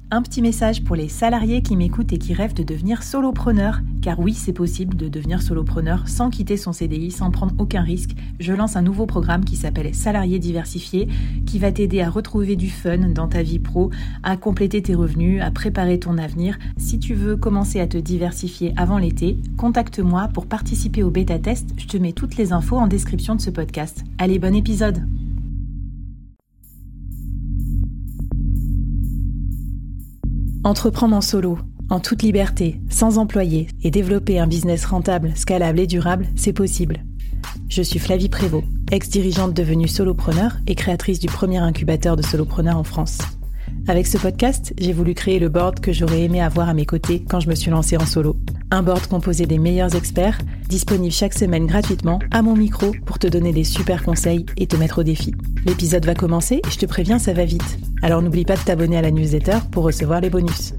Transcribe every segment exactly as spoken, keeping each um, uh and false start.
Un petit message pour les salariés qui m'écoutent et qui rêvent de devenir solopreneur. Car oui, c'est possible de devenir solopreneur sans quitter son C D I, sans prendre aucun risque. Je lance un nouveau programme qui s'appelle Salariés diversifiés, qui va t'aider à retrouver du fun dans ta vie pro, à compléter tes revenus, à préparer ton avenir. Si tu veux commencer à te diversifier avant l'été, contacte-moi pour participer au bêta-test. Je te mets toutes les infos en description de ce podcast. Allez, bon épisode! Entreprendre en solo, en toute liberté, sans employé et développer un business rentable, scalable et durable, c'est possible. Je suis Flavie Prévost, ex-dirigeante devenue solopreneur et créatrice du premier incubateur de solopreneurs en France. Avec ce podcast, j'ai voulu créer le board que j'aurais aimé avoir à mes côtés quand je me suis lancée en solo. Un board composé des meilleurs experts, disponible chaque semaine gratuitement à mon micro pour te donner des super conseils et te mettre au défi. L'épisode va commencer et je te préviens, ça va vite. Alors n'oublie pas de t'abonner à la newsletter pour recevoir les bonus.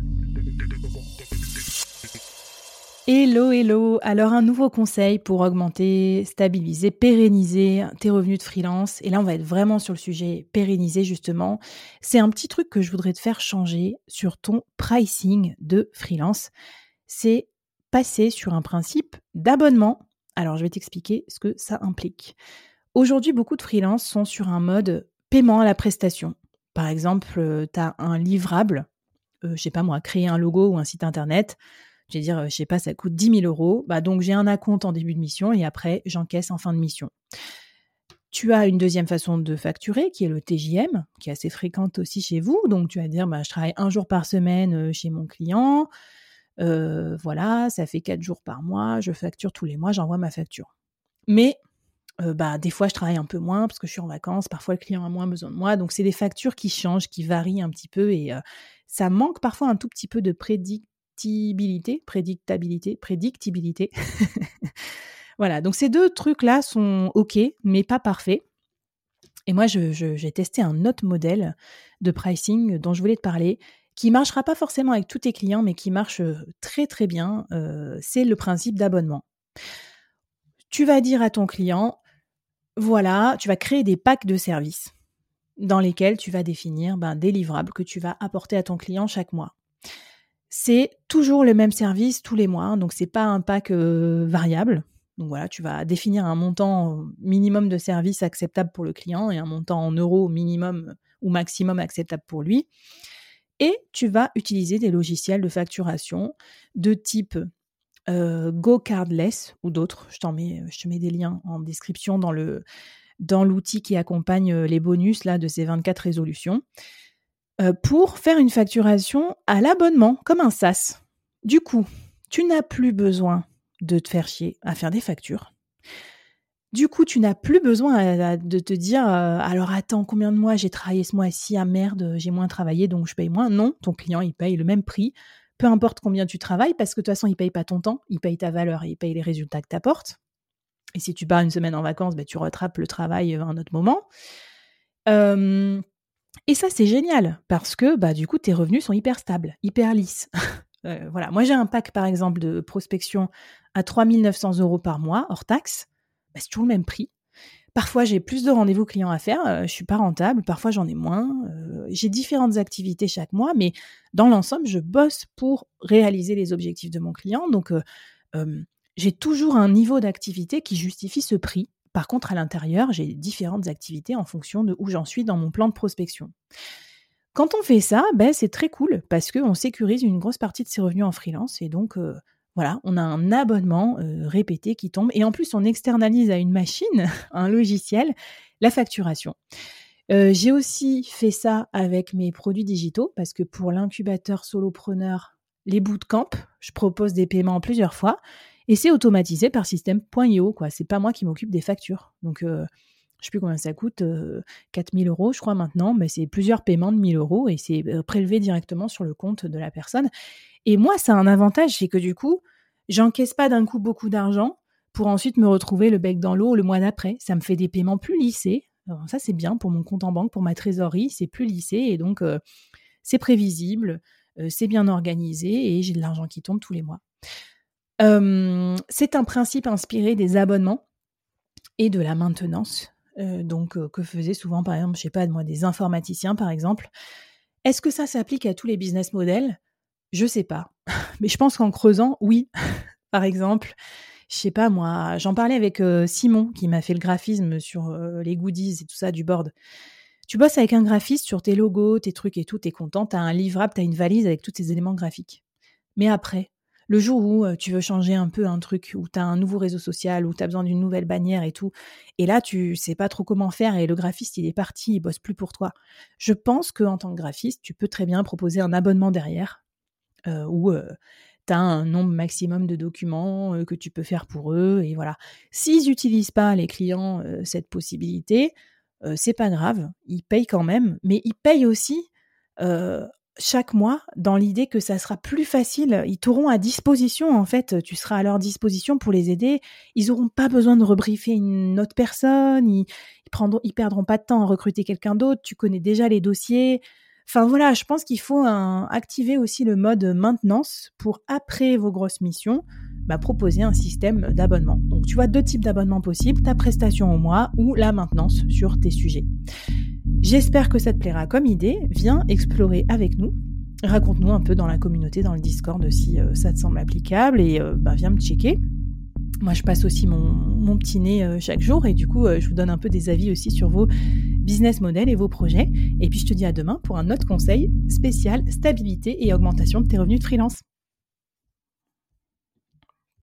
Hello, hello. Alors un nouveau conseil pour augmenter, stabiliser, pérenniser tes revenus de freelance. Et là, on va être vraiment sur le sujet pérenniser justement. C'est un petit truc que je voudrais te faire changer sur ton pricing de freelance. C'est passer sur un principe d'abonnement. Alors, je vais t'expliquer ce que ça implique. Aujourd'hui, beaucoup de freelances sont sur un mode paiement à la prestation. Par exemple, euh, tu as un livrable, euh, je sais pas moi, créer un logo ou un site internet. Je vais dire, euh, je sais pas, ça coûte dix mille euros. Bah, donc, j'ai un acompte en début de mission et après, j'encaisse en fin de mission. Tu as une deuxième façon de facturer qui est le T J M, qui est assez fréquente aussi chez vous. Donc, tu vas dire, bah, je travaille un jour par semaine chez mon client. Euh, voilà, ça fait quatre jours par mois, je facture tous les mois, j'envoie ma facture. Mais euh, bah, des fois, je travaille un peu moins parce que je suis en vacances, parfois le client a moins besoin de moi, donc c'est des factures qui changent, qui varient un petit peu et euh, ça manque parfois un tout petit peu de prédictibilité, prédictabilité, prédictibilité. Voilà, donc ces deux trucs-là sont OK, mais pas parfaits. Et moi, je, je, j'ai testé un autre modèle de pricing dont je voulais te parler, qui ne marchera pas forcément avec tous tes clients, mais qui marche très très bien, euh, c'est le principe d'abonnement. Tu vas dire à ton client, voilà, tu vas créer des packs de services dans lesquels tu vas définir ben, des livrables que tu vas apporter à ton client chaque mois. C'est toujours le même service tous les mois, hein, donc ce n'est pas un pack euh, variable. Donc voilà, tu vas définir un montant minimum de services acceptable pour le client et un montant en euros minimum ou maximum acceptable pour lui. Et tu vas utiliser des logiciels de facturation de type euh, GoCardless ou d'autres. Je, t'en mets, je te mets des liens en description dans, le, dans l'outil qui accompagne les bonus là, de ces vingt-quatre résolutions euh, pour faire une facturation à l'abonnement, comme un SaaS. Du coup, tu n'as plus besoin de te faire chier à faire des factures. Du coup, tu n'as plus besoin à, à, de te dire euh, « Alors attends, combien de mois j'ai travaillé ce mois-ci? Ah merde, j'ai moins travaillé, donc je paye moins. » Non, ton client, il paye le même prix, peu importe combien tu travailles, parce que de toute façon, il ne paye pas ton temps, il paye ta valeur et il paye les résultats que tu apportes. Et si tu pars une semaine en vacances, ben, tu rattrapes le travail à un autre moment. Euh, et ça, c'est génial, parce que bah, du coup, tes revenus sont hyper stables, hyper lisses. euh, voilà. Moi, j'ai un pack, par exemple, de prospection à trois mille neuf cents euros par mois, hors taxe. Bah, c'est toujours le même prix. Parfois, j'ai plus de rendez-vous clients à faire, euh, je ne suis pas rentable, parfois j'en ai moins. Euh, j'ai différentes activités chaque mois, mais dans l'ensemble, je bosse pour réaliser les objectifs de mon client. Donc, euh, euh, j'ai toujours un niveau d'activité qui justifie ce prix. Par contre, à l'intérieur, j'ai différentes activités en fonction de où j'en suis dans mon plan de prospection. Quand on fait ça, ben, c'est très cool parce qu'on sécurise une grosse partie de ses revenus en freelance et donc... Euh, Voilà, on a un abonnement euh, répété qui tombe et en plus, on externalise à une machine, un logiciel, la facturation. Euh, j'ai aussi fait ça avec mes produits digitaux parce que pour l'incubateur solopreneur, les bootcamps, je propose des paiements en plusieurs fois et c'est automatisé par système point i o, quoi. C'est pas moi qui m'occupe des factures. Donc, euh, je ne sais plus combien ça coûte, euh, quatre mille euros, je crois maintenant, mais c'est plusieurs paiements de mille euros et c'est euh, prélevé directement sur le compte de la personne. Et moi, ça a un avantage, c'est que du coup, j'encaisse pas d'un coup beaucoup d'argent pour ensuite me retrouver le bec dans l'eau le mois d'après. Ça me fait des paiements plus lissés. Alors ça, c'est bien pour mon compte en banque, pour ma trésorerie, c'est plus lissé et donc euh, c'est prévisible, euh, c'est bien organisé et j'ai de l'argent qui tombe tous les mois. Euh, c'est un principe inspiré des abonnements et de la maintenance, euh, donc euh, que faisaient souvent, par exemple, je sais pas, moi, des informaticiens, par exemple. Est-ce que ça s'applique à tous les business models? Je sais pas. Mais je pense qu'en creusant, oui. Par exemple, je sais pas moi, j'en parlais avec, heu, Simon qui m'a fait le graphisme sur, heu, les goodies et tout ça du board. Tu bosses avec un graphiste sur tes logos, tes trucs et tout, tu es content, tu as un livrable, tu as une valise avec tous tes éléments graphiques. Mais après, le jour où, heu, tu veux changer un peu un truc, où tu as un nouveau réseau social, où tu as besoin d'une nouvelle bannière et tout, et là tu sais pas trop comment faire et le graphiste il est parti, il bosse plus pour toi. Je pense qu'en tant que graphiste, tu peux très bien proposer un abonnement derrière, heu, où, heu, tu as un nombre maximum de documents, heu, que tu peux faire pour eux et voilà. S'ils utilisent pas les clients, heu, cette possibilité, heu, c'est pas grave, ils payent quand même, mais ils payent aussi, heu, chaque mois dans l'idée que ça sera plus facile. Ils t'auront à disposition en fait, tu seras à leur disposition pour les aider. Ils auront pas besoin de rebriefer une autre personne, ils ils prendront ils perdront pas de temps à recruter quelqu'un d'autre, tu connais déjà les dossiers. Enfin voilà, je pense qu'il faut un activer aussi le mode maintenance pour après vos grosses missions, bah, proposer un système d'abonnement. Donc tu vois deux types d'abonnements possibles, ta prestation au mois ou la maintenance sur tes sujets. J'espère que ça te plaira comme idée. Viens explorer avec nous. Raconte-nous un peu dans la communauté, dans le Discord, si euh, ça te semble applicable et euh, bah, viens me checker. Moi, je passe aussi mon, mon petit nez euh, chaque jour et du coup, euh, je vous donne un peu des avis aussi sur vos business models et vos projets. Et puis, je te dis à demain pour un autre conseil spécial stabilité et augmentation de tes revenus de freelance.